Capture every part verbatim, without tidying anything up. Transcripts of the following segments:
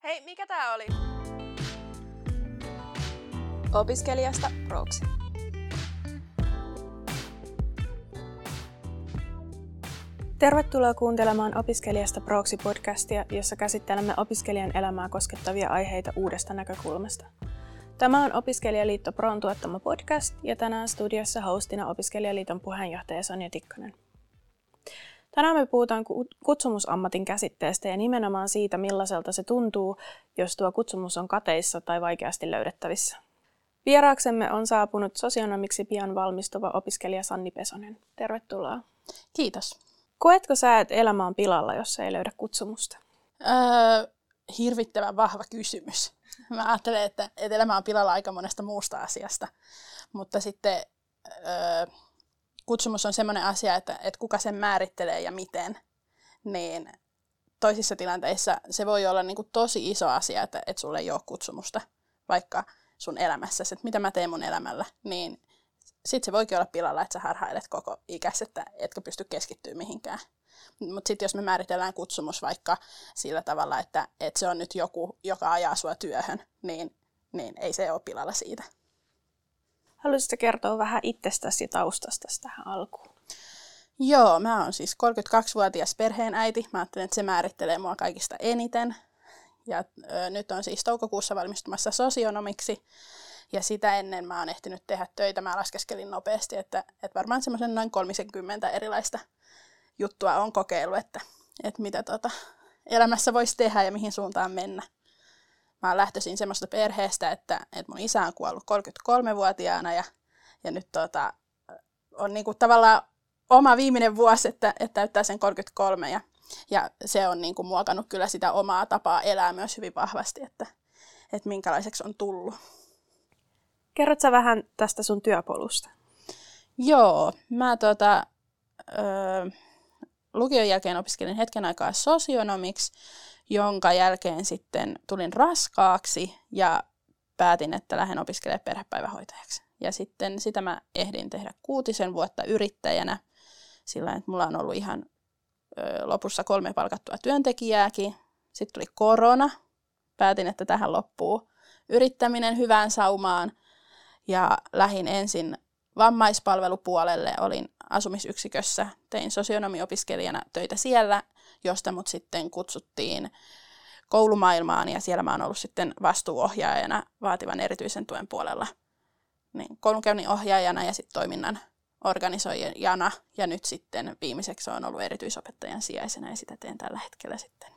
Hei, mikä tää oli? Opiskelijasta proksi. Tervetuloa kuuntelemaan Opiskelijasta proksi podcastia, jossa käsittelemme opiskelijan elämää koskettavia aiheita uudesta näkökulmasta. Tämä on Opiskelijaliitto Proon tuottama podcast ja tänään studiossa hostina Opiskelijaliiton puheenjohtaja Sonja Tikkanen. Tänään me puhutaan kutsumusammatin käsitteestä ja nimenomaan siitä, millaiselta se tuntuu, jos tuo kutsumus on kateissa tai vaikeasti löydettävissä. Vieraaksemme on saapunut sosionomiksi pian valmistuva opiskelija Sanni Pesonen. Tervetuloa. Kiitos. Koetko sä, että elämä on pilalla, jos ei löydä kutsumusta? Öö, hirvittävän vahva kysymys. Mä ajattelen, että, että elämä on pilalla aika monesta muusta asiasta, mutta sitten öö, kutsumus on semmoinen asia, että, että kuka sen määrittelee ja miten, niin toisissa tilanteissa se voi olla niin kuin tosi iso asia, että, että sulle ei ole kutsumusta, vaikka sun elämässäsi, että mitä mä teen mun elämällä, niin sitten se voikin olla pilalla, että sä harhailet koko ikäs, että etkä pysty keskittyä mihinkään. Mutta sitten jos me määritellään kutsumus vaikka sillä tavalla, että, että se on nyt joku, joka ajaa sua työhön, niin, niin ei se ole pilalla siitä. Haluaisitko kertoa vähän itsestäsi ja taustastasi tähän alkuun? Joo, mä oon siis kolmekymmentäkaksivuotias perheenäiti. Mä ajattelen, että se määrittelee mua kaikista eniten. Ja ö, nyt on siis toukokuussa valmistumassa sosionomiksi. Ja sitä ennen mä oon ehtinyt tehdä töitä. Mä laskeskelin nopeasti, että, että varmaan semmoisen noin kolmekymmentä erilaista juttua on kokeillut, että, että mitä tota elämässä voisi tehdä ja mihin suuntaan mennä. Mä oon lähtöisin semmoista perheestä, että, että mun isä on kuollut kolmekymmentäkolmevuotiaana ja, ja nyt tota, on niinku tavallaan oma viimeinen vuosi, että, että täyttää sen kolmekymmentäkolme ja, ja se on niinku muokannut kyllä sitä omaa tapaa elää myös hyvin vahvasti, että, että minkälaiseksi on tullut. Kerrotko sä vähän tästä sun työpolusta? Joo, mä tota, ö, lukion jälkeen opiskelin hetken aikaa sosionomiksi, jonka jälkeen sitten tulin raskaaksi ja päätin, että lähden opiskelemaan perhepäivähoitajaksi. Ja sitten sitä mä ehdin tehdä kuutisen vuotta yrittäjänä, sillä että mulla on ollut ihan ö, lopussa kolme palkattua työntekijääkin. Sitten tuli korona, päätin, että tähän loppuu yrittäminen hyvään saumaan ja lähdin ensin vammaispalvelupuolelle, olin asumisyksikössä, tein sosionomiopiskelijana töitä siellä, josta mut sitten kutsuttiin koulumaailmaan ja siellä mä oon ollut sitten vastuuohjaajana vaativan erityisen tuen puolella. Niin, koulunkäynnin ohjaajana ja sitten toiminnan organisoijana ja nyt sitten viimeiseksi on ollut erityisopettajan sijaisena ja sitä teen tällä hetkellä sitten.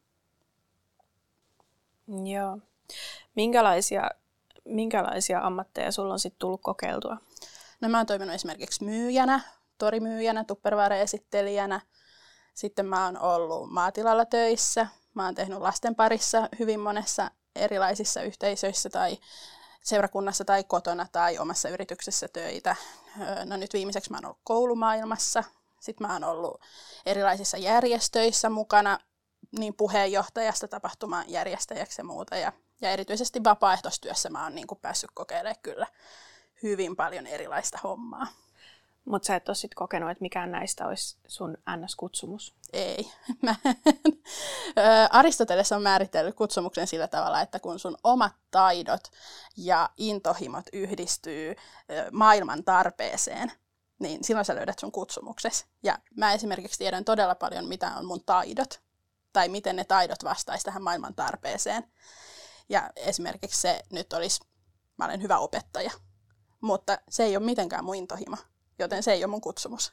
Joo. Minkälaisia, minkälaisia ammatteja sulla on sitten tullut kokeiltua? No mä oon toiminut esimerkiksi myyjänä, torimyyjänä, tupperware-esittelijänä. Sitten mä oon ollut maatilalla töissä. Mä oon tehnyt lasten parissa hyvin monessa erilaisissa yhteisöissä tai seurakunnassa tai kotona tai omassa yrityksessä töitä. No nyt viimeiseksi mä oon ollut koulumaailmassa. Sitten mä oon ollut erilaisissa järjestöissä mukana, niin puheenjohtajasta tapahtuman järjestäjäksi ja muuta. Ja, ja erityisesti vapaaehtoistyössä mä oon niin kuin päässyt kokeilemaan kyllä hyvin paljon erilaista hommaa. Mutta sä et ole sit kokenut, että mikään näistä olisi sun N S-kutsumus? Ei. Aristoteles on määritellyt kutsumuksen sillä tavalla, että kun sun omat taidot ja intohimot yhdistyy maailman tarpeeseen, niin silloin sä löydät sun kutsumuksesi. Ja mä esimerkiksi tiedän todella paljon, mitä on mun taidot, tai miten ne taidot vastaisi tähän maailman tarpeeseen. Ja esimerkiksi se nyt olisi, mä olen hyvä opettaja, mutta se ei ole mitenkään mun intohimo, joten se ei ole mun kutsumus.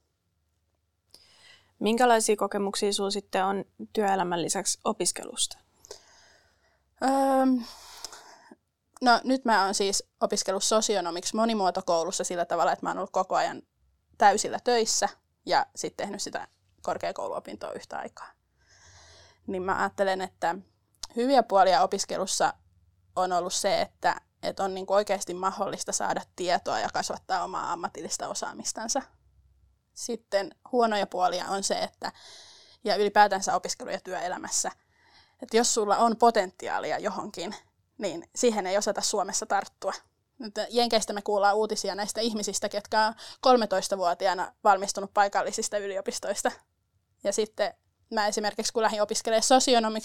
Minkälaisia kokemuksia sinulla sitten on työelämän lisäksi opiskelusta? Öö, no nyt mä oon siis opiskellut sosionomiksi monimuotokoulussa sillä tavalla, että mä oon ollut koko ajan täysillä töissä ja sitten tehnyt sitä korkeakouluopintoa yhtä aikaa. Niin mä ajattelen, että hyviä puolia opiskelussa on ollut se, että, että on niin kuin oikeasti mahdollista saada tietoa ja kasvattaa omaa ammatillista osaamistansa. Sitten huonoja puolia on se, että ja ylipäätänsä opiskelu- ja työelämässä, että jos sulla on potentiaalia johonkin, niin siihen ei osata Suomessa tarttua. Nyt Jenkeistä me kuullaan uutisia näistä ihmisistä, ketkä on kolmetoistavuotiaana valmistunut paikallisista yliopistoista. Ja sitten mä esimerkiksi kun lähdin opiskelemaan sosionomiksi, niin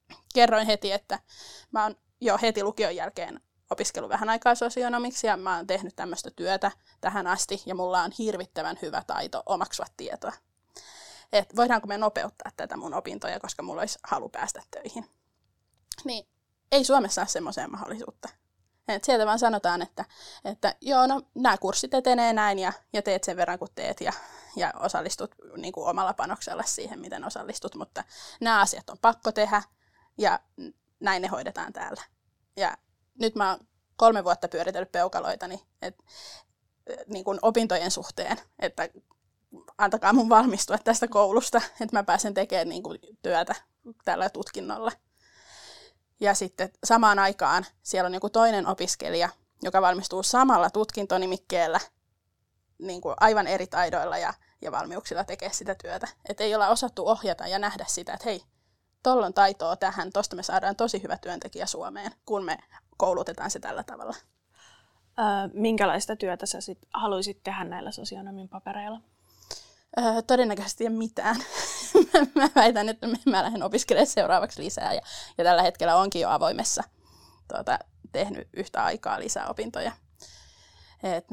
kerroin heti, että mä oon jo heti lukion jälkeen opiskellut vähän aikaa sosionomiksi ja mä oon tehnyt tämmöistä työtä tähän asti ja mulla on hirvittävän hyvä taito omaksua tietoa. Et voidaanko me nopeuttaa tätä mun opintoja, koska mulla olisi halu päästä töihin. Niin ei Suomessa ole semmoiseen mahdollisuutta. Et sieltä vaan sanotaan, että, että joo, no nämä kurssit etenee näin ja, ja teet sen verran kun teet ja, ja osallistut niin kuin omalla panoksella siihen, miten osallistut, mutta nämä asiat on pakko tehdä ja näin ne hoidetaan täällä. Ja nyt mä oon kolme vuotta pyöritellyt peukaloitani et, niin kuin opintojen suhteen, että antakaa mun valmistua tästä koulusta, että mä pääsen tekemään niin kuin työtä tällä tutkinnolla. Ja sitten samaan aikaan siellä on joku toinen opiskelija, joka valmistuu samalla tutkintonimikkeellä niin kuin aivan eri taidoilla ja, ja valmiuksilla tekee sitä työtä. Että ei olla osattu ohjata ja nähdä sitä, että hei, tolla on taitoa tähän, tosta me saadaan tosi hyvä työntekijä Suomeen, kun me koulutetaan se tällä tavalla. Öö, minkälaista työtä sä sit haluaisit tehdä näillä sosionomin papereilla? Öö, todennäköisesti ei mitään. Mä väitän, että mä lähden opiskelemaan seuraavaksi lisää ja, ja tällä hetkellä onkin jo avoimessa tuota, tehnyt yhtä aikaa lisää opintoja. Et,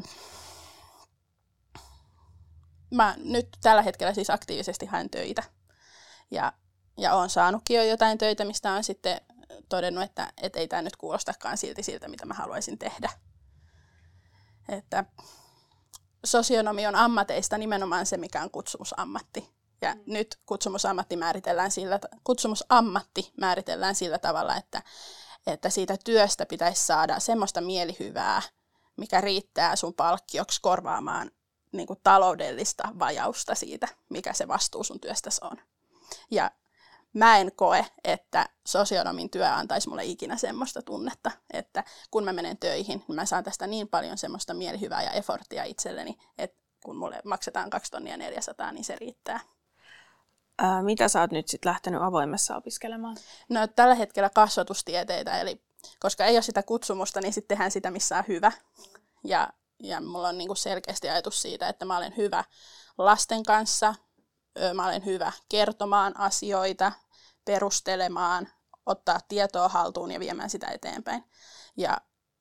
mä nyt tällä hetkellä siis aktiivisesti haen töitä ja, ja olen saanutkin jo jotain töitä, mistä olen sitten todennut, että et ei tämä nyt kuulostakaan silti siltä, mitä mä haluaisin tehdä. Että sosionomi on ammateista nimenomaan se, mikä on kutsumusammatti. Ja mm. nyt kutsumusammatti määritellään sillä, kutsumusammatti määritellään sillä tavalla, että, että siitä työstä pitäisi saada semmoista mielihyvää, mikä riittää sun palkkioksi korvaamaan niin kuin taloudellista vajausta siitä, mikä se vastuu sun työstäsi on. Ja mä en koe, että sosionomin työ antaisi mulle ikinä semmoista tunnetta, että kun mä menen töihin, niin mä saan tästä niin paljon semmoista mielihyvää ja efforttia itselleni, että kun mulle maksetaan kaksi tonnia neljäsataa, niin se riittää. Ää, mitä sä oot nyt sitten lähtenyt avoimessa opiskelemaan? No tällä hetkellä kasvatustieteitä, eli koska ei ole sitä kutsumusta, niin sitten tehdään sitä, missä on hyvä. Ja, ja mulla on niinku selkeästi ajatus siitä, että mä olen hyvä lasten kanssa, mä olen hyvä kertomaan asioita, perustelemaan, ottaa tietoa haltuun ja viemään sitä eteenpäin. Ja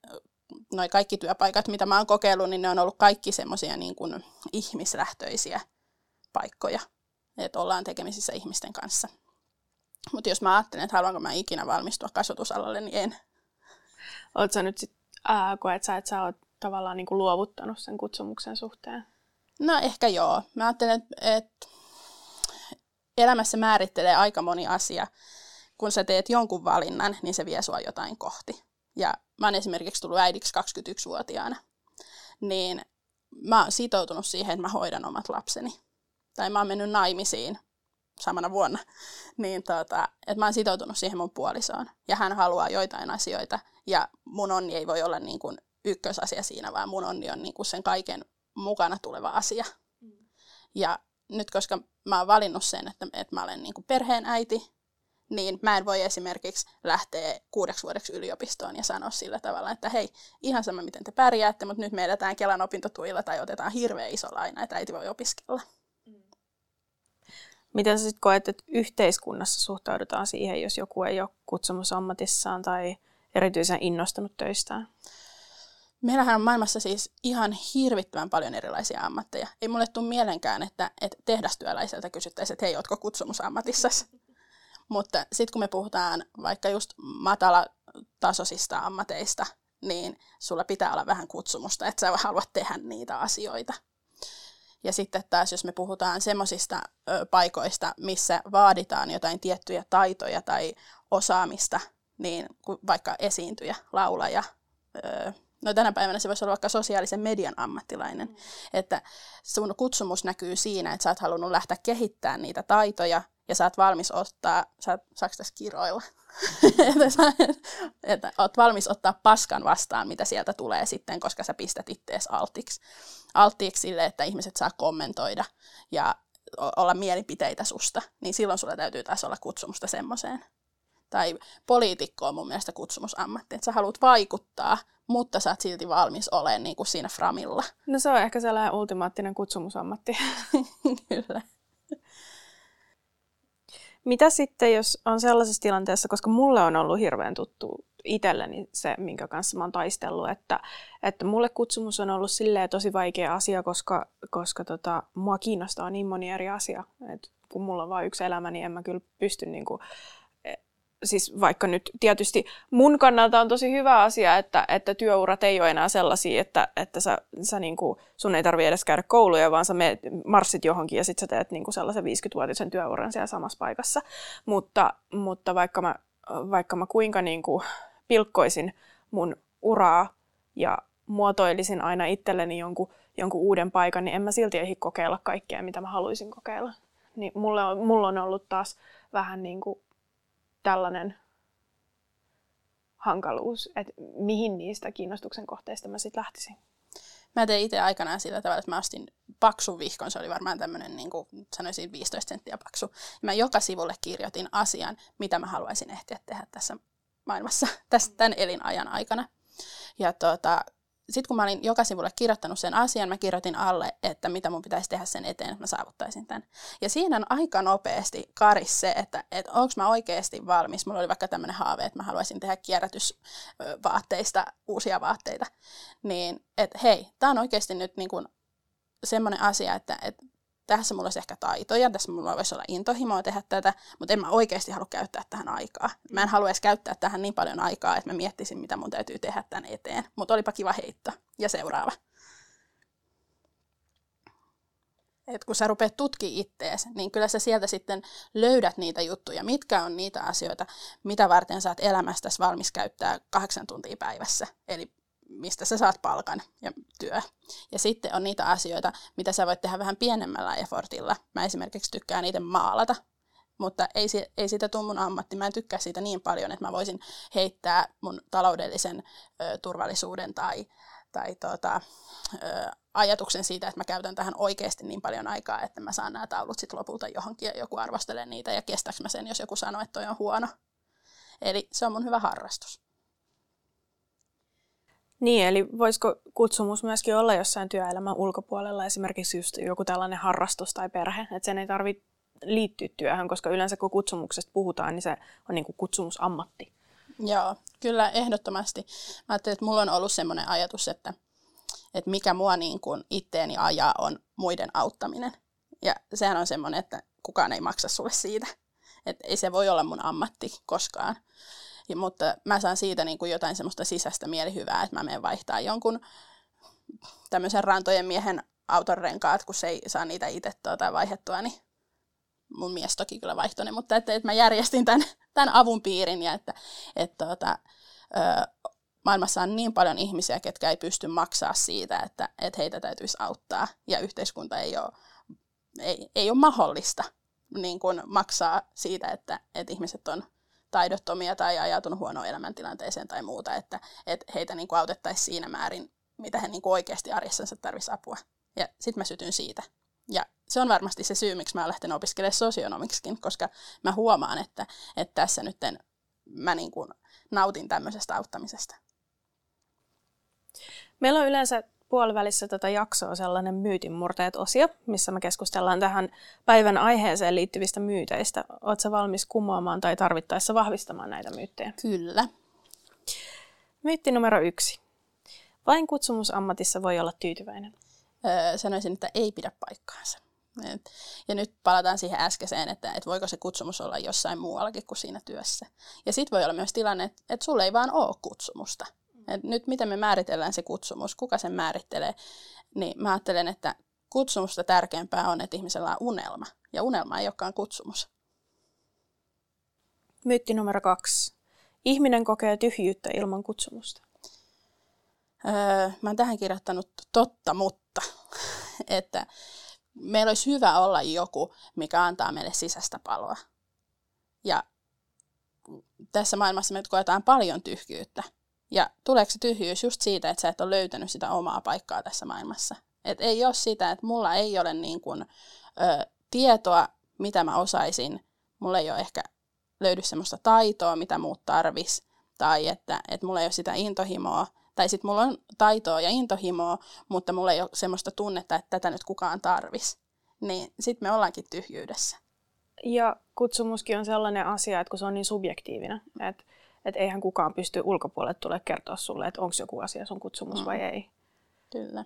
noi kaikki työpaikat, mitä mä oon kokeillut, niin ne on ollut kaikki semmoisia niin kuin ihmislähtöisiä paikkoja. Että ollaan tekemisissä ihmisten kanssa. Mutta jos mä ajattelen, että haluanko mä ikinä valmistua kasvatusalalle, niin en. Oletko sä nyt sit, ää, koet sä, että sä oot tavallaan niin kuin luovuttanut sen kutsumuksen suhteen? No ehkä joo. Mä ajattelen, että elämässä määrittelee aika moni asia. Kun sä teet jonkun valinnan, niin se vie sua jotain kohti. Ja mä oon esimerkiksi tullut äidiksi kaksikymmentäyksivuotiaana. Niin mä oon sitoutunut siihen, että mä hoidan omat lapseni. Tai mä oon mennyt naimisiin samana vuonna. Niin tota, että mä oon sitoutunut siihen mun puolisoon. Ja hän haluaa joitain asioita. Ja mun onni ei voi olla niin kuin ykkösasia siinä, vaan mun onni on niin kuin sen kaiken mukana tuleva asia. Mm. Ja nyt koska mä oon valinnut sen, että, että mä olen niin kuin perheen äiti, niin mä en voi esimerkiksi lähteä kuudeksi vuodeksi yliopistoon ja sanoa sillä tavalla, että hei, ihan sama miten te pärjäätte, mutta nyt me edetään Kelan opintotuilla tai otetaan hirveän iso laina, että äiti voi opiskella. Mm. Miten sä sitten koet, että yhteiskunnassa suhtaudutaan siihen, jos joku ei ole kutsumusammatissaan tai erityisen innostunut töistään? Meillähän on maailmassa siis ihan hirvittävän paljon erilaisia ammatteja. Ei mulle tule mielenkään, että, että tehdastyöläiseltä kysyttäisiin, että hei, ootko kutsumusammatissasi? Mutta sitten kun me puhutaan vaikka just matalatasoisista ammateista, niin sulla pitää olla vähän kutsumusta, että sä haluat tehdä niitä asioita. Ja sitten taas, jos me puhutaan semmoisista paikoista, missä vaaditaan jotain tiettyjä taitoja tai osaamista, niin vaikka esiintyjä, laulaja, ö, no tänä päivänä se voisi olla vaikka sosiaalisen median ammattilainen, mm. että sun kutsumus näkyy siinä, että sä oot halunnut lähteä kehittämään niitä taitoja ja sä oot valmis ottaa, sä, saako tässä kiroilla? että, sä, että oot valmis ottaa paskan vastaan, mitä sieltä tulee sitten, koska sä pistät ittees alttiiksi. Alttiiksi sille, että ihmiset saa kommentoida ja olla mielipiteitä susta, niin silloin sulla täytyy taas olla kutsumusta semmoiseen. Tai poliitikko on mun mielestä kutsumusammatti, että sä haluat vaikuttaa, mutta sä oot silti valmis olemaan niin kuin siinä framilla. No se on ehkä sellainen ultimaattinen kutsumusammatti. Kyllä. Mitä sitten, jos on sellaisessa tilanteessa, koska mulle on ollut hirveän tuttu itselleni se, minkä kanssa mä oon taistellut, että, että mulle kutsumus on ollut silleen tosi vaikea asia, koska, koska tota, mua kiinnostaa niin moni eri asia. Et kun mulla on vain yksi elämä, niin en mä kyllä pysty niinku, siis vaikka nyt tietysti mun kannalta on tosi hyvä asia, että, että työurat ei ole enää sellaisia, että, että sä, sä niinku, sun ei tarvitse edes käydä kouluja, vaan sä meet, marssit johonkin ja sit sä teet niinku sellaisen viisikymmenvuotisen työuran siellä samassa paikassa. Mutta, mutta vaikka, mä, vaikka mä kuinka niinku pilkkoisin mun uraa ja muotoilisin aina itselleni jonkun, jonkun uuden paikan, niin en mä silti ehdi kokeilla kaikkea, mitä mä haluaisin kokeilla. Niin mulla on, mulla on ollut taas vähän niin kuin tällainen hankaluus, että mihin niistä kiinnostuksen kohteista mä sitten lähtisin. Mä tein itse aikanaan sillä tavalla, että mä ostin paksun vihkon, se oli varmaan tämmöinen, niin kuin sanoisin, viisitoista senttiä paksu. Mä joka sivulle kirjoitin asian, mitä mä haluaisin ehtiä tehdä tässä maailmassa, tässä, tämän elinajan aikana. Ja tota, sitten kun mä olin joka sivulle kirjoittanut sen asian, mä kirjoitin alle, että mitä mun pitäisi tehdä sen eteen, että mä saavuttaisin tämän. Ja siinä on aika nopeasti karis se, että, että onko mä oikeasti valmis. Mulla oli vaikka tämmöinen haave, että mä haluaisin tehdä kierrätysvaatteista uusia vaatteita. Niin, että hei, tää on oikeasti nyt niin kuin semmoinen asia, että, että tässä mulla olisi ehkä taitoja, tässä mulla voisi olla intohimoa tehdä tätä, mutta en mä oikeasti halua käyttää tähän aikaa. Mä en halua edes käyttää tähän niin paljon aikaa, että mä miettisin, mitä mun täytyy tehdä tämän eteen. Mutta olipa kiva heitto. Ja seuraava. Et kun sä rupeat tutkimaan ittees, niin kyllä sä sieltä sitten löydät niitä juttuja, mitkä on niitä asioita, mitä varten sä oot elämästäsi valmis käyttää kahdeksan tuntia päivässä. Eli mistä sä saat palkan ja työ. Ja sitten on niitä asioita, mitä sä voit tehdä vähän pienemmällä effortilla. Mä esimerkiksi tykkään itse maalata, mutta ei, ei siitä tule mun ammatti. Mä en tykkää siitä niin paljon, että mä voisin heittää mun taloudellisen ö, turvallisuuden tai, tai tota, ö, ajatuksen siitä, että mä käytän tähän oikeasti niin paljon aikaa, että mä saan nämä taulut sit lopulta johonkin ja joku arvostelee niitä ja kestääkö mä sen, jos joku sanoo, että toi on huono. Eli se on mun hyvä harrastus. Niin, eli voisiko kutsumus myöskin olla jossain työelämän ulkopuolella, esimerkiksi just joku tällainen harrastus tai perhe, että sen ei tarvitse liittyä työhön, koska yleensä kun kutsumuksesta puhutaan, niin se on niin kuin kutsumusammatti. Joo, kyllä ehdottomasti. Mä ajattelin, että mulla on ollut semmoinen ajatus, että, että mikä mua niin kuin itteeni ajaa on muiden auttaminen. Ja sehän on semmoinen, että kukaan ei maksa sulle siitä. Että ei se voi olla mun ammatti koskaan. Ja, mutta mä saan siitä niin kuin jotain semmoista sisäistä mielihyvää, että mä menen vaihtaa jonkun tämmöisen rantojen miehen auton renkaat, kun se ei saa niitä itse tuota vaihdettua, niin mun mies toki kyllä vaihtoi ne, mutta että, että mä järjestin tämän, tämän avun piirin ja että, että tuota, ö, maailmassa on niin paljon ihmisiä, ketkä ei pysty maksaa siitä, että, että heitä täytyisi auttaa ja yhteiskunta ei ole, ei, ei ole mahdollista niin kuin maksaa siitä, että, että ihmiset on taidottomia tai ajautunut huonoon elämäntilanteeseen tai muuta, että, että heitä niin kuin autettaisiin siinä määrin, mitä he niin kuin oikeasti arjessansa tarvitsisi apua. Ja sitten mä sytyn siitä. Ja se on varmasti se syy, miksi mä oon lähtenyt opiskelemaan sosionomiksikin, koska mä huomaan, että, että tässä nyt mä niin kuin nautin tämmöisestä auttamisesta. Meillä on yleensä puolivälissä tätä jaksoa sellainen myytinmurteet-osio, missä me keskustellaan tähän päivän aiheeseen liittyvistä myyteistä. Oletko valmis kumoamaan tai tarvittaessa vahvistamaan näitä myyttejä? Kyllä. Myytti numero yksi. Vain kutsumusammatissa voi olla tyytyväinen. Öö, sanoisin, että ei pidä paikkaansa. Et, ja nyt palataan siihen äskeiseen, että et voiko se kutsumus olla jossain muuallakin kuin siinä työssä. Ja sitten voi olla myös tilanne, että et sulla ei vaan ole kutsumusta. Et nyt miten me määritellään se kutsumus, kuka sen määrittelee, niin mä ajattelen, että kutsumusta tärkeämpää on, että ihmisellä on unelma. Ja unelma ei olekaan kutsumus. Myytti numero kaksi. Ihminen kokee tyhjyyttä ilman kutsumusta. Öö, mä oon tähän kirjoittanut totta, mutta että meillä olisi hyvä olla joku, mikä antaa meille sisäistä paloa. Ja tässä maailmassa me koetaan paljon tyhjyyttä. Ja tuleeko se tyhjyys just siitä, että sä et ole löytänyt sitä omaa paikkaa tässä maailmassa. Et ei ole sitä, että mulla ei ole niin kuin, ö, tietoa, mitä mä osaisin. Mulla ei ole ehkä löydy semmoista taitoa, mitä muut tarvis. Tai että, että mulla ei ole sitä intohimoa. Tai sitten mulla on taitoa ja intohimoa, mutta mulla ei ole semmoista tunnetta, että tätä nyt kukaan tarvis. Niin sitten me ollaankin tyhjyydessä. Ja kutsumuskin on sellainen asia, että kun se on niin subjektiivinen, että, että eihän kukaan pysty ulkopuolelle tule kertoa sulle, että onko joku asia sun kutsumus mm. vai ei. Kyllä.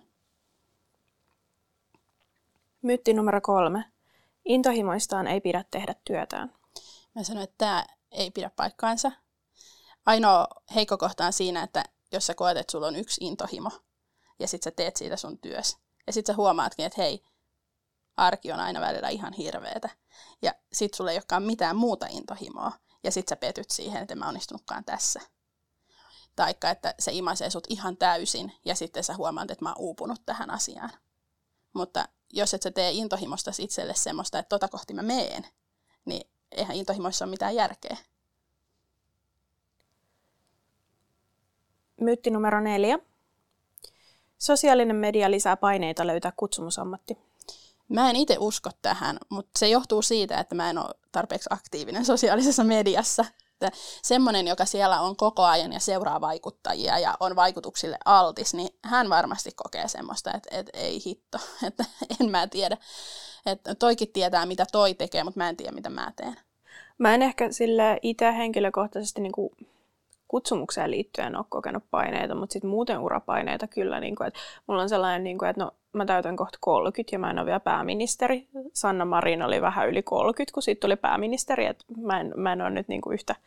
Myytti numero kolme. Intohimoistaan ei pidä tehdä työtään. Mä sanoin, että tämä ei pidä paikkaansa. Ainoa heikko kohta on siinä, että jos sä koet, että sulla on yksi intohimo ja sit sä teet siitä sun työs. Ja sit sä huomaatkin, että hei, arki on aina välillä ihan hirveetä. Ja sit sulla ei olekaan mitään muuta intohimoa. Ja sit sä petyt siihen, että en mä onnistunutkaan tässä. Taikka, että se imaisee sut ihan täysin ja sitten sä huomaat, että mä oon uupunut tähän asiaan. Mutta jos et sä tee intohimosta itselle semmoista, että tota kohti mä meen, niin eihän intohimoissa ole mitään järkeä. Myytti numero neljä. Sosiaalinen media lisää paineita löytää kutsumusammatti. Mä en itse usko tähän, mutta se johtuu siitä, että mä en ole tarpeeksi aktiivinen sosiaalisessa mediassa. Että semmoinen, joka siellä on koko ajan ja seuraa vaikuttajia ja on vaikutuksille altis, niin hän varmasti kokee semmoista, että, että ei hitto, että en mä tiedä. Että toikin tietää, mitä toi tekee, mutta mä en tiedä, mitä mä teen. Mä en ehkä sille itse henkilökohtaisesti niin kuin kutsumukseen liittyen ole kokenut paineita, mutta sitten muuten urapaineita kyllä. Niin kuin, että mulla on sellainen, niin kuin, että no, mä täytän kohta kolmekymmentä ja mä en ole vielä pääministeri. Sanna Marin oli vähän yli kolmekymmentä, kun siitä tuli pääministeri. Että mä, en, mä en ole nyt niin kuin yhtä,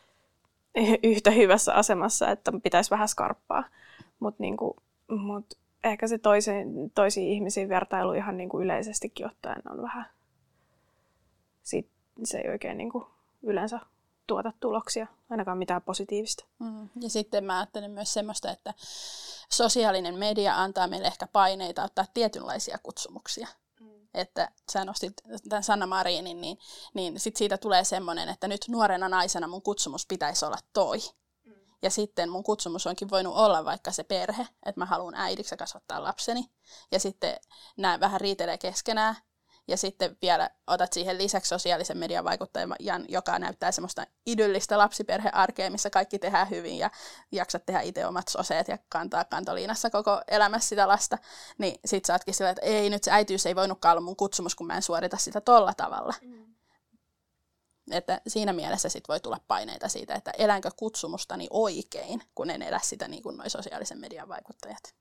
yhtä hyvässä asemassa, että pitäisi vähän skarppaa. Mutta niin kuin, mut ehkä se toisiin, toisiin ihmisiin vertailu ihan niin kuin yleisestikin ottaen on vähän, sit se ei oikein niin kuin yleensä tuota tuloksia, ainakaan mitään positiivista. Mm. Ja sitten mä ajattelen myös semmoista, että sosiaalinen media antaa meille ehkä paineita ottaa tietynlaisia kutsumuksia. Mm. Että sä nostit tämän Sanna Marinin, niin, niin sit siitä tulee semmoinen, että nyt nuorena naisena mun kutsumus pitäisi olla toi. Mm. Ja sitten mun kutsumus onkin voinut olla vaikka se perhe, että mä haluan äidiksi kasvattaa lapseni. Ja sitten nämä vähän riitelee keskenään. Ja sitten vielä otat siihen lisäksi sosiaalisen median vaikuttajan, joka näyttää semmoista idyllistä lapsiperhearkea, missä kaikki tehdään hyvin ja jaksat tehdä itse omat soseet ja kantaa kantoliinassa koko elämässä sitä lasta. Niin sit sä ootkin sillä, että ei, nyt se äitiys ei voinutkaan olla mun kutsumus, kun mä en suorita sitä tolla tavalla. Mm. Että siinä mielessä sit voi tulla paineita siitä, että elänkö kutsumustani oikein, kun en elä sitä niin kuin noi sosiaalisen median vaikuttajat.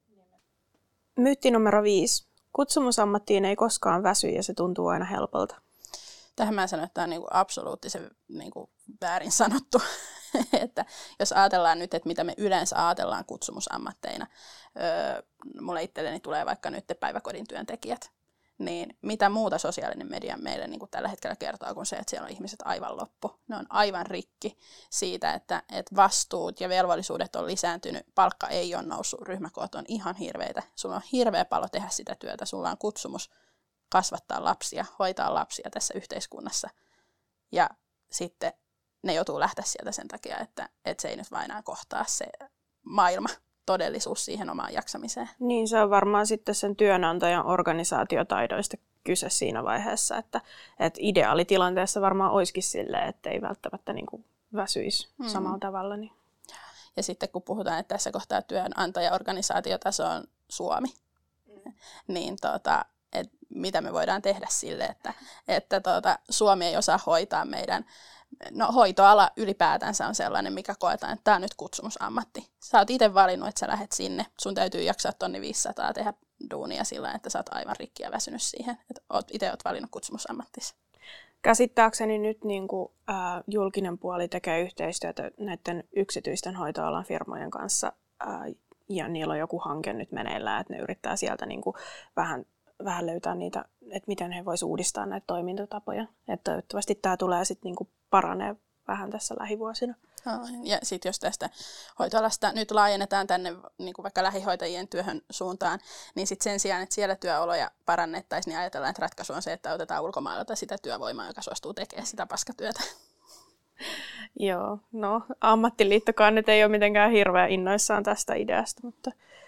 Myytti numero viisi. Kutsumusammattiin ei koskaan väsy ja se tuntuu aina helpolta. Tähän mä sanon, että tämä on niinku absoluuttisen niinku väärin sanottu. Että jos ajatellaan nyt, että mitä me yleensä ajatellaan kutsumusammatteina, öö, mulle itselleni tulee vaikka nyt päiväkodin työntekijät, niin mitä muuta sosiaalinen media meille niin kuin tällä hetkellä kertoo kuin se, että siellä on ihmiset aivan loppu. Ne on aivan rikki siitä, että, että vastuut ja velvollisuudet on lisääntynyt, palkka ei ole noussut, ryhmäkoot on ihan hirveitä. Sulla on hirveä palo tehdä sitä työtä, sulla on kutsumus kasvattaa lapsia, hoitaa lapsia tässä yhteiskunnassa. Ja sitten ne joutuu lähteä sieltä sen takia, että, että se ei nyt vain enää kohtaa se maailma. Todellisuus siihen omaan jaksamiseen. Niin, se on varmaan sitten sen työnantajan organisaatiotaidoista kyse siinä vaiheessa, että, että ideaalitilanteessa varmaan olisikin silleen, että ei välttämättä niin kuin väsyisi mm. samalla tavalla. Niin. Ja sitten kun puhutaan, että tässä kohtaa työnantajaorganisaatiotaso on Suomi, mm. niin tota, et mitä me voidaan tehdä sille, että, että tota, Suomi ei osaa hoitaa meidän. No hoitoala ylipäätänsä on sellainen, mikä koetaan, että tämä on nyt kutsumusammatti. Sä oot itse valinnut, että sä lähdet sinne. Sun täytyy jaksaa tonni viisisataa tehdä duunia sillä, että sä oot aivan rikki ja väsynyt siihen. Että oot, itse oot valinnut kutsumusammattis. Käsittääkseni nyt niin kuin, äh, julkinen puoli tekee yhteistyötä näiden yksityisten hoitoalan firmojen kanssa. Äh, ja niillä on joku hanke nyt meneillään, että ne yrittää sieltä niin kuin vähän, vähän löytää niitä, että miten he voisivat uudistaa näitä toimintatapoja. Että toivottavasti tämä tulee sitten niin kuin paranee vähän tässä lähivuosina. Ja sitten jos tästä hoitoalasta nyt laajennetaan tänne niin kuin vaikka lähihoitajien työhön suuntaan, niin sitten sen sijaan, että siellä työoloja parannettaisiin, niin ajatellaan, että ratkaisu on se, että otetaan ulkomailta sitä työvoimaa, joka suostuu tekemään sitä paskatyötä. Joo, no ammattiliittokaan nyt ei ole mitenkään hirveän innoissaan tästä ideasta, mutta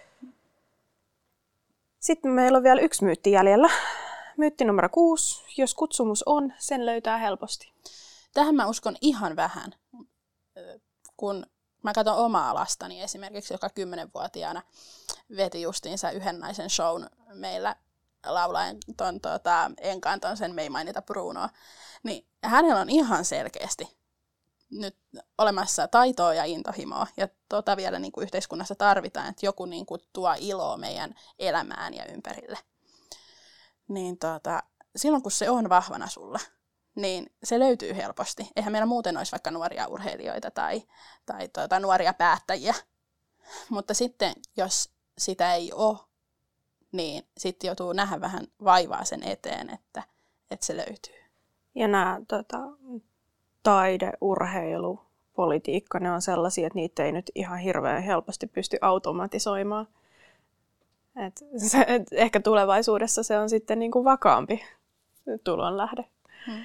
sitten meillä on vielä yksi myytti jäljellä. Myytti numero kuusi. Jos kutsumus on, sen löytää helposti. Tähän mä uskon ihan vähän, kun mä katson omaa lastani esimerkiksi, joka kymmenvuotiaana veti justiinsa yhden naisen shown meillä laulaen ton tota, Encanton, sen me ei mainita Brunoa, niin hänellä on ihan selkeästi nyt olemassa taitoa ja intohimoa, ja tota vielä niin kuin yhteiskunnassa tarvitaan, että joku niin kuin tuo iloa meidän elämään ja ympärille. Niin tota, silloin kun se on vahvana sulla, niin se löytyy helposti. Eihän meillä muuten olisi vaikka nuoria urheilijoita tai, tai tuota, nuoria päättäjiä. Mutta sitten, jos sitä ei ole, niin sitten joutuu nähdä vähän vaivaa sen eteen, että, että se löytyy. Ja nämä tota, taide, urheilu, politiikka, ne on sellaisia, että niitä ei nyt ihan hirveän helposti pysty automatisoimaan. Et se, et ehkä tulevaisuudessa se on sitten niin kuin vakaampi tulonlähde. Hmm.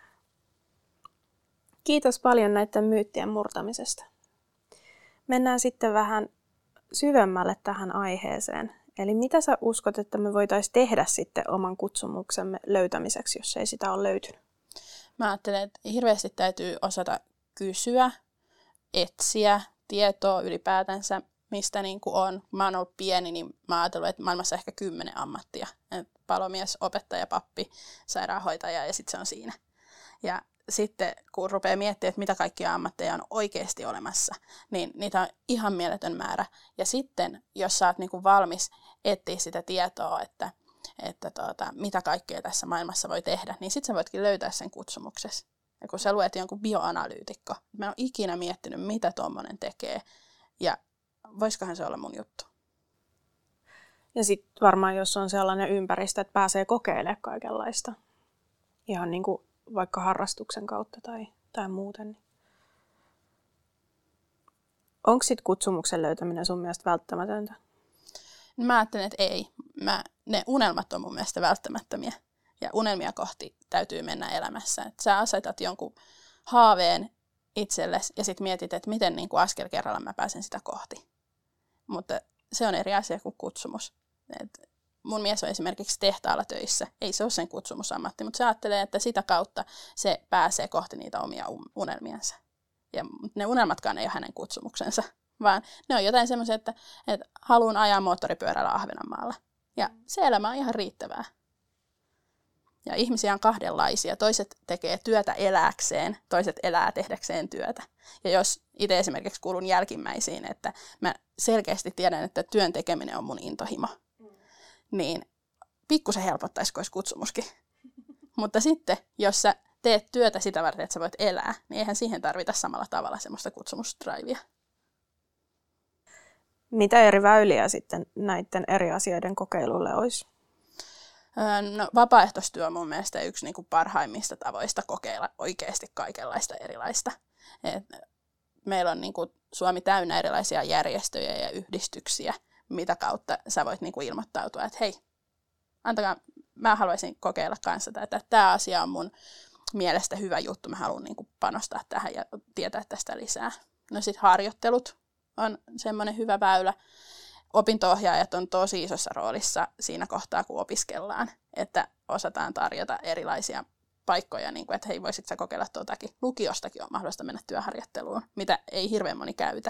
Kiitos paljon näiden myyttien murtamisesta. Mennään sitten vähän syvemmälle tähän aiheeseen. Eli mitä sä uskot, että me voitaisiin tehdä sitten oman kutsumuksemme löytämiseksi, jos ei sitä ole löytynyt? Mä ajattelen, että hirveästi täytyy osata kysyä, etsiä tietoa ylipäätänsä, mistä niin kuin on. Mä oon ollut pieni, niin mä oon ajatellut, että maailmassa on ehkä kymmenen ammattia. Palomies, opettaja, pappi, sairaanhoitaja ja sitten se on siinä. Ja sitten kun rupeaa miettimään, että mitä kaikkia ammatteja on oikeasti olemassa, niin niitä on ihan mieletön määrä. Ja sitten, jos sä oot niin kuin valmis etsiä sitä tietoa, että, että tuota, mitä kaikkea tässä maailmassa voi tehdä, niin sitten sä voitkin löytää sen kutsumuksessa. Ja kun sä luet jonkun bioanalyytikko, mä en ole ikinä miettinyt, mitä tuommoinen tekee, ja voisikohan se olla mun juttu. Ja sitten varmaan, jos on sellainen ympäristö, että pääsee kokeilemaan kaikenlaista, ihan niin kuin vaikka harrastuksen kautta tai, tai muuten. Niin. Onko sitten kutsumuksen löytäminen sun mielestä välttämätöntä? Mä ajattelen, että ei. Mä, ne unelmat on mun mielestä välttämättömiä. Ja unelmia kohti täytyy mennä elämässä. Et sä asetat jonkun haaveen itsellesi ja sitten mietit, että miten niin kuin askel kerralla mä pääsen sitä kohti. Mutta se on eri asia kuin kutsumus. Et mun mies on esimerkiksi tehtaalla töissä. Ei se ole sen kutsumusammatti, mutta se ajattelee, että sitä kautta se pääsee kohti niitä omia unelmiansa. Ja ne unelmatkaan ei ole hänen kutsumuksensa, vaan ne on jotain semmoisia, että, että haluan ajaa moottoripyörällä Ahvenanmaalla. Ja se elämä on ihan riittävää. Ja ihmisiä on kahdenlaisia. Toiset tekee työtä elääkseen, toiset elää tehdäkseen työtä. Ja jos itse esimerkiksi kuulun jälkimmäisiin, että mä selkeästi tiedän, että työn tekeminen on mun intohimo, mm. niin pikkusen helpottaisi, kun olisi kutsumuskin. Mutta sitten, jos sä teet työtä sitä varten, että sä voit elää, niin eihän siihen tarvita samalla tavalla semmoista kutsumusdraivia. Mitä eri väyliä sitten näiden eri asioiden kokeilulle olisi? No, vapaaehtoistyö on mun mielestä yksi niin kuin parhaimmista tavoista kokeilla oikeasti kaikenlaista erilaista. Et meillä on niin kuin Suomi täynnä erilaisia järjestöjä ja yhdistyksiä, mitä kautta sä voit niin kuin ilmoittautua, että hei, antakaa, mä haluaisin kokeilla kanssa tätä. Tämä asia on mun mielestä hyvä juttu, mä haluan niin kuin panostaa tähän ja tietää tästä lisää. No sit harjoittelut on semmoinen hyvä väylä. Opinto-ohjaajat on tosi isossa roolissa siinä kohtaa, kun opiskellaan, että osataan tarjota erilaisia paikkoja, niin kuin, että hei, voisit sä kokeilla tuotakin. Lukiostakin on mahdollista mennä työharjoitteluun, mitä ei hirveän moni käytä.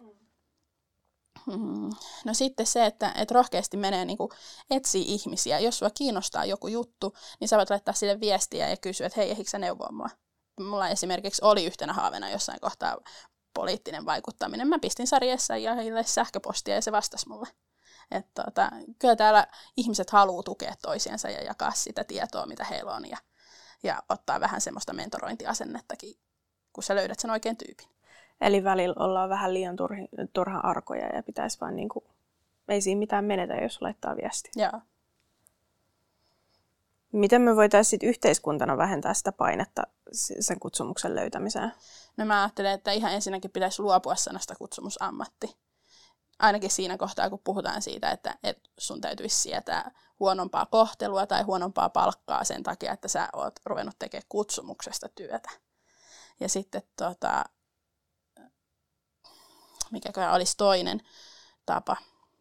Mm. No sitten se, että, että rohkeasti menee niin kuin etsii ihmisiä. Jos sua kiinnostaa joku juttu, niin sä voit laittaa sille viestiä ja kysyä, että hei, eikö sä neuvoa mua? Mulla esimerkiksi oli yhtenä haaveena jossain kohtaa poliittinen vaikuttaminen. Mä pistin sarjassa ja heille sähköpostia ja se vastasi mulle. Että tota, kyllä täällä ihmiset haluaa tukea toisiansa ja jakaa sitä tietoa, mitä heillä on. Ja, ja ottaa vähän semmoista mentorointiasennettakin, kun sä löydät sen oikein tyypin. Eli välillä ollaan vähän liian turhi, turhan arkoja ja pitäisi vaan niin kuin, ei siinä mitään menetä, jos laittaa viestiä. Joo. Miten me voitaisiin yhteiskuntana vähentää sitä painetta sen kutsumuksen löytämiseen? No mä ajattelen, että ihan ensinnäkin pitäisi luopua sanasta kutsumusammatti. Ainakin siinä kohtaa, kun puhutaan siitä, että, että sun täytyisi sietää huonompaa kohtelua tai huonompaa palkkaa sen takia, että sä oot ruvennut tekemään kutsumuksesta työtä. Ja sitten, tota, mikä olisi toinen tapa.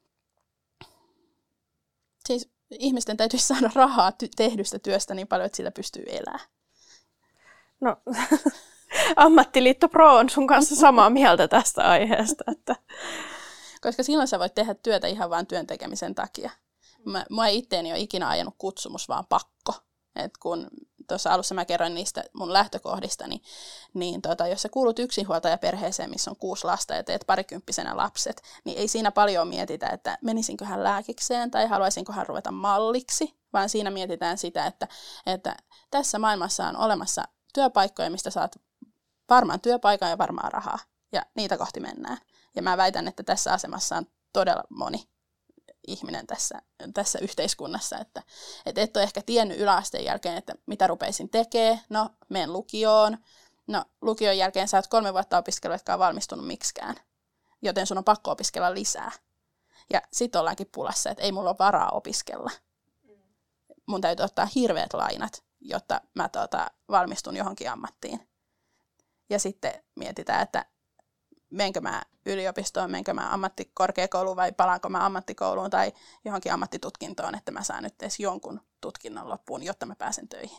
Siis ihmisten täytyisi saada rahaa ty- tehdystä työstä niin paljon, että sillä pystyy elämään. No, Ammattiliitto Pro on sun kanssa samaa mieltä tästä aiheesta. Että. Koska silloin sä voit tehdä työtä ihan vain työn tekemisen takia. Mä, mä itteeni ole ikinä ajanut kutsumus, vaan pakko. Et kun tuossa alussa mä kerroin niistä mun lähtökohdista, niin, niin tota, jos sä kuulut yksinhuoltajaperheeseen, missä on kuusi lasta ja teet parikymppisenä lapset, niin ei siinä paljon mietitä, että menisinköhän lääkikseen tai haluaisinkohan ruveta malliksi, vaan siinä mietitään sitä, että, että tässä maailmassa on olemassa työpaikkoja, mistä saat varmaan työpaikan ja varmaan rahaa, ja niitä kohti mennään. Ja mä väitän, että tässä asemassa on todella moni ihminen tässä, tässä yhteiskunnassa, että, että et ole ehkä tiennyt yläasteen jälkeen, että mitä rupeisin tekemään. No, menen lukioon. No, lukion jälkeen sä oot kolme vuotta opiskellut, etkä ole valmistunut miksikään, joten sun on pakko opiskella lisää. Ja sit ollaankin pulassa, että ei mulla ole varaa opiskella. Mun täytyy ottaa hirveät lainat, jotta mä tuota, valmistun johonkin ammattiin. Ja sitten mietitään, että menkö mä yliopistoon, menkö mä ammattikorkeakouluun vai palaanko mä ammattikouluun tai johonkin ammattitutkintoon, että mä saan nyt edes jonkun tutkinnon loppuun, jotta mä pääsen töihin.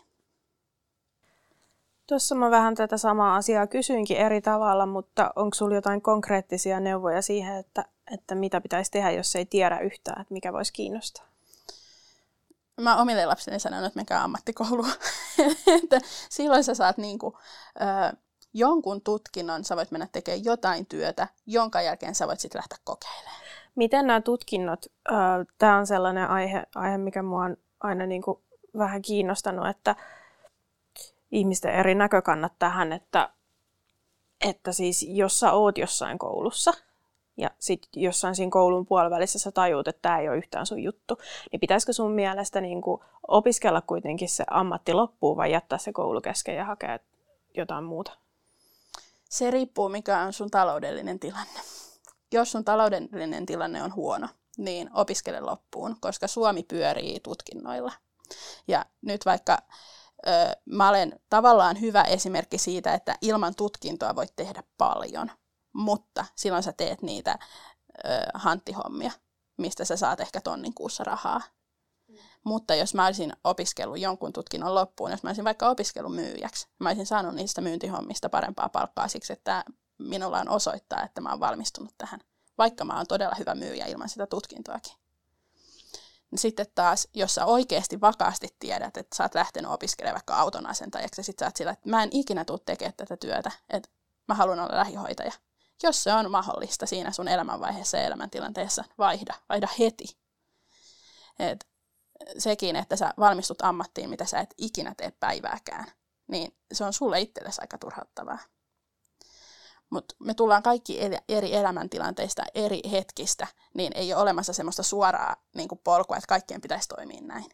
Tuossa mä vähän tätä samaa asiaa kysyinkin eri tavalla, mutta onko sulla jotain konkreettisia neuvoja siihen, että, että mitä pitäisi tehdä, jos ei tiedä yhtään, että mikä voisi kiinnostaa? Mä omille lapsille sanonut, että menkää ammattikouluun. Että silloin sä saat niinku, ö, jonkun tutkinnon, sä voit mennä tekemään jotain työtä, jonka jälkeen sä voit sitten lähteä kokeilemaan. Miten nämä tutkinnot, äh, tämä on sellainen aihe, aihe, mikä mua on aina niinku vähän kiinnostanut, että ihmisten eri näkökannat tähän, että, että siis jos sä oot jossain koulussa ja sitten jossain siinä koulun puolivälissä sä tajuut, että tämä ei ole yhtään sun juttu, niin pitäisikö sun mielestä niinku opiskella kuitenkin se ammatti loppuun vai jättää se koulu kesken ja hakea jotain muuta? Se riippuu, mikä on sun taloudellinen tilanne. Jos sun taloudellinen tilanne on huono, niin opiskele loppuun, koska Suomi pyörii tutkinnoilla. Ja nyt vaikka ö, mä olen tavallaan hyvä esimerkki siitä, että ilman tutkintoa voit tehdä paljon, mutta silloin sä teet niitä ö, hanttihommia, mistä sä saat ehkä tonnin kuussa rahaa. Mm. Mutta jos mä olisin opiskellut jonkun tutkinnon loppuun, jos mä olisin vaikka opiskellut myyjäksi, mä olisin saanut niistä myyntihommista parempaa palkkaa siksi, että minulla on osoittaa, että mä oon valmistunut tähän, vaikka mä oon todella hyvä myyjä ilman sitä tutkintoakin. Sitten taas, jos sä oikeasti vakaasti tiedät, että sä oot lähtenyt opiskelemaan vaikka auton asentajaksi, ja sit sä oot sillä, että mä en ikinä tule tekemään tätä työtä, että mä haluan olla lähihoitaja. Jos se on mahdollista siinä sun elämänvaiheessa ja elämäntilanteessa, vaihda, vaihda heti. Et sekin, että sä valmistut ammattiin, mitä sä et ikinä tee päivääkään, niin se on sulle itsellesi aika turhauttavaa. Mutta me tullaan kaikki eri elämäntilanteista, eri hetkistä, niin ei ole olemassa semmoista suoraa niin kuin polkua, että kaikkien pitäisi toimia näin.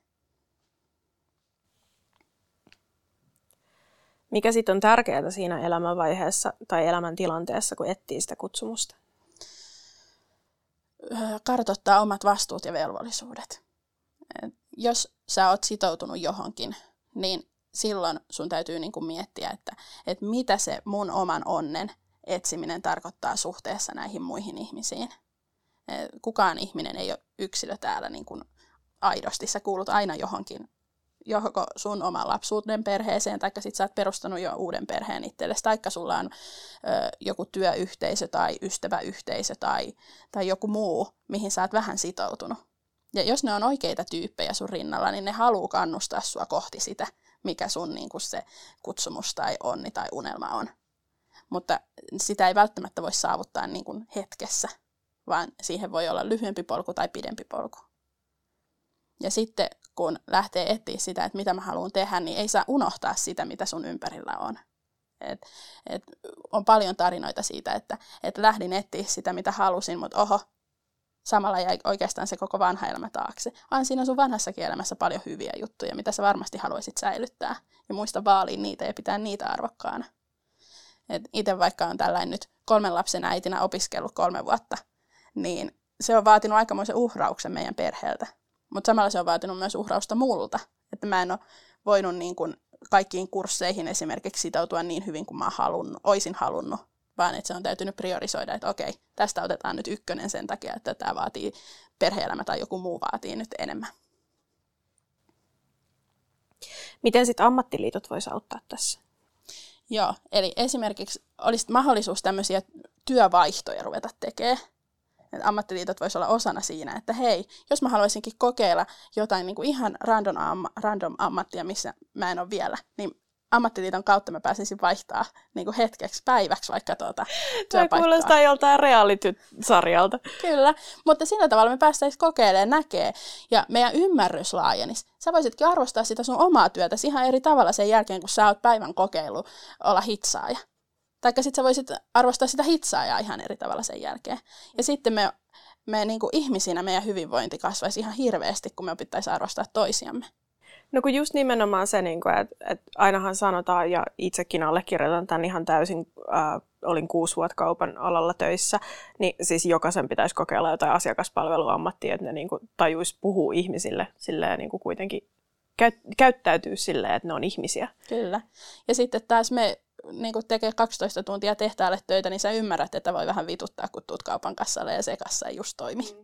Mikä sitten on tärkeää siinä elämänvaiheessa tai elämäntilanteessa, kun etsii sitä kutsumusta? Kartoittaa omat vastuut ja velvollisuudet. Et jos sä oot sitoutunut johonkin, niin silloin sun täytyy niinku miettiä, että, että mitä se mun oman onnen etsiminen tarkoittaa suhteessa näihin muihin ihmisiin. Et kukaan ihminen ei ole yksilö täällä niin kuin aidosti. Sä kuulut aina johonkin, joko sun oman lapsuuden perheeseen, tai sit sä oot perustanut jo uuden perheen itsellesi, taikka sulla on ö, joku työyhteisö tai ystäväyhteisö tai, tai joku muu, mihin sä oot vähän sitoutunut. Ja jos ne on oikeita tyyppejä sun rinnalla, niin ne haluaa kannustaa sua kohti sitä, mikä sun niin kuin se kutsumus tai onni tai unelma on. Mutta sitä ei välttämättä voi saavuttaa niin kuin hetkessä, vaan siihen voi olla lyhyempi polku tai pidempi polku. Ja sitten kun lähtee etsiä sitä, että mitä mä haluan tehdä, niin ei saa unohtaa sitä, mitä sun ympärillä on. Et, et on paljon tarinoita siitä, että et lähdin etsiä sitä, mitä halusin, mutta oho, samalla jäi oikeastaan se koko vanha elämä taakse. On siinä sun vanhassakin elämässä paljon hyviä juttuja, mitä sä varmasti haluaisit säilyttää. Ja muista vaalia niitä ja pitää niitä arvokkaana. Itse vaikka on tällainen nyt kolmen lapsen äitinä opiskellut kolme vuotta, niin se on vaatinut aikamoisen uhrauksen meidän perheeltä. Mutta samalla se on vaatinut myös uhrausta multa. Että mä en ole voinut niin kuin kaikkiin kursseihin esimerkiksi sitoutua niin hyvin kuin mä halunnut, oisin halunnut, vaan että se on täytynyt priorisoida, että okei, tästä otetaan nyt ykkönen sen takia, että tämä vaatii perhe-elämä tai joku muu vaatii nyt enemmän. Miten sitten ammattiliitot voisi auttaa tässä? Joo, eli esimerkiksi olisi mahdollisuus tämmöisiä työvaihtoja ruveta tekemään. että ammattiliitot voisi olla osana siinä, että hei, jos mä haluaisinkin kokeilla jotain niin kuin ihan random, amma, random ammattia, missä mä en ole vielä, niin ammattiliiton kautta mä pääsisin vaihtaa niin kuin hetkeksi, päiväksi vaikka tuota työpaikkaa. Tämä kuulostaa joltain reality-sarjalta. Kyllä, mutta sillä tavalla me päästäisiin kokeilemaan, näkee, ja meidän ymmärrys laajenisi. Sä voisitkin arvostaa sitä sun omaa työtäsi ihan eri tavalla sen jälkeen, kun sä oot päivän kokeillut olla hitsaaja. Taikka sitten sä voisit arvostaa sitä hitsaajaa ihan eri tavalla sen jälkeen. Ja sitten me, me niin kuin ihmisinä meidän hyvinvointi kasvaisi ihan hirveästi, kun me opittaisiin arvostaa toisiamme. No kun just nimenomaan se, että et ainahan sanotaan, ja itsekin allekirjoitan tämän ihan täysin, äh, olin kuusi vuotta kaupan alalla töissä, niin siis jokaisen pitäisi kokeilla jotain asiakaspalveluammattia, että ne niin kuin tajuisi puhua ihmisille silleen niin kuin kuitenkin käy- käyttäytyy silleen, että ne on ihmisiä. Kyllä. Ja sitten taas me niin kun tekee kaksitoista tuntia tehtaalle töitä, niin sä ymmärrät, että voi vähän vituttaa, kun tuut kaupan kassalle ja se kassa ei just toimi. Mm.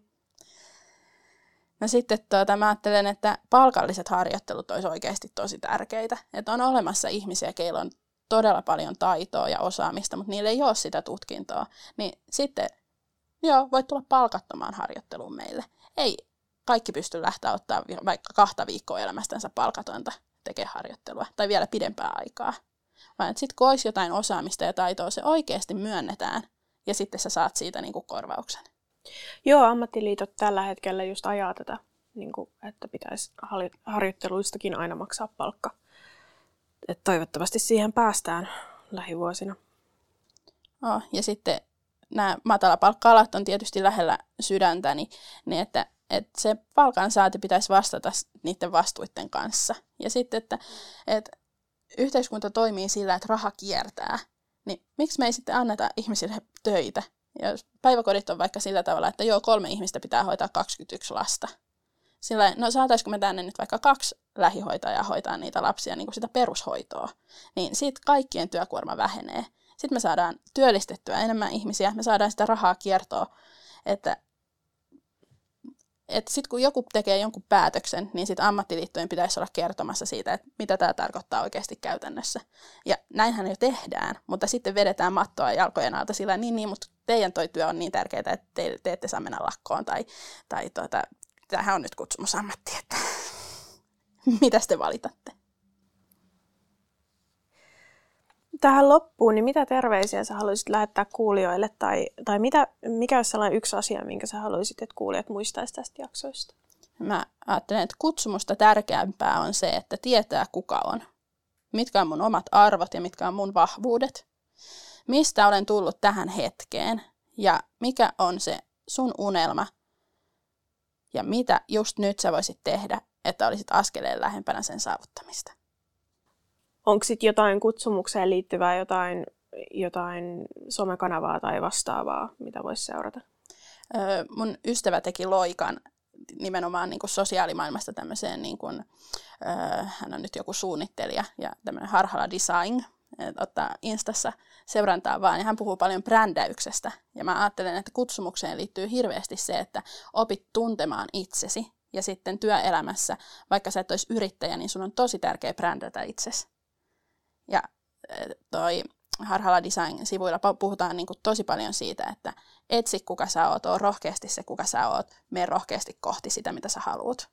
No sitten tuota, mä ajattelen, että palkalliset harjoittelut olisi oikeasti tosi tärkeitä. Että on olemassa ihmisiä, keillä on todella paljon taitoa ja osaamista, mutta niillä ei ole sitä tutkintoa. Niin sitten, joo, voit tulla palkattomaan harjoitteluun meille. Ei kaikki pysty lähteä ottaa vaikka kahta viikkoa elämästänsä palkatonta tekemään harjoittelua tai vielä pidempää aikaa. Vaan että sitten kun olisi jotain osaamista ja taitoa, se oikeasti myönnetään ja sitten sä saat siitä niinku korvauksen. Joo, ammattiliitot tällä hetkellä just ajaa tätä, niin kuin, että pitäisi harjoitteluistakin aina maksaa palkka. Et toivottavasti siihen päästään lähivuosina. Oh, ja sitten nämä matalapalkka-alat on tietysti lähellä sydäntäni, niin että, että se palkan saati pitäisi vastata niiden vastuiden kanssa. Ja sitten, että, että yhteiskunta toimii sillä, että raha kiertää, niin miksi me ei sitten anneta ihmisille töitä? Ja päiväkodit on vaikka sillä tavalla, että joo, kolme ihmistä pitää hoitaa kaksikymmentäyksi lasta. Sillä no saataisiko me tänne nyt vaikka kaksi lähihoitajaa hoitaa niitä lapsia, niin kuin sitä perushoitoa, niin siitä kaikkien työkuorma vähenee. Sitten me saadaan työllistettyä enemmän ihmisiä, me saadaan sitä rahaa kiertoa, että, että sitten kun joku tekee jonkun päätöksen, niin sitten ammattiliittojen pitäisi olla kertomassa siitä, että mitä tämä tarkoittaa oikeasti käytännössä. Ja näinhän jo tehdään, mutta sitten vedetään mattoa jalkojen alta sillä niin, niin mutta teidän toi työ on niin tärkeää, että te, te ette saa mennä lakkoon, tai, tai tuota, tämähän on nyt kutsumusammatti, että mitä te valitatte? Tähän loppuun, niin mitä terveisiä sä haluaisit lähettää kuulijoille, tai, tai mitä, mikä olisi sellainen yksi asia, minkä sä haluaisit, että kuulijat muistaisi tästä jaksoista? Mä ajattelen, että kutsumusta tärkeämpää on se, että tietää kuka on. Mitkä on mun omat arvot ja mitkä on mun vahvuudet. Mistä olen tullut tähän hetkeen ja mikä on se sun unelma ja mitä just nyt sä voisit tehdä, että olisit askeleen lähempänä sen saavuttamista. Onko sitten jotain kutsumukseen liittyvää, jotain, jotain somekanavaa tai vastaavaa, mitä voisi seurata? Öö, mun ystävä teki loikan nimenomaan niin kuin sosiaalimaailmasta tämmöiseen, niin kuin, öö, hän on nyt joku suunnittelija ja tämmöinen Harhala Design, että ottaa Instassa seurantaa vaan, ja hän puhuu paljon brändäyksestä. Ja mä ajattelen, että kutsumukseen liittyy hirveästi se, että opit tuntemaan itsesi, ja sitten työelämässä, vaikka sä et olisi yrittäjä, niin sun on tosi tärkeä brändätä itsesi. Ja toi Harhala Design-sivuilla puhutaan niin kuin tosi paljon siitä, että etsi kuka sä oot, oo rohkeasti se kuka sä oot, mene rohkeasti kohti sitä, mitä sä haluat.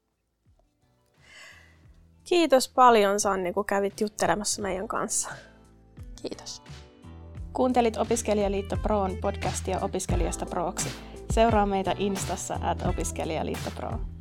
Kiitos paljon, Sanni, kun kävit juttelemassa meidän kanssa. Kiitos. Kuuntelit Opiskelijaliitto Proon podcastia Opiskelijasta Prooksi. Seuraa meitä Instassa at Opiskelijaliitto Pro.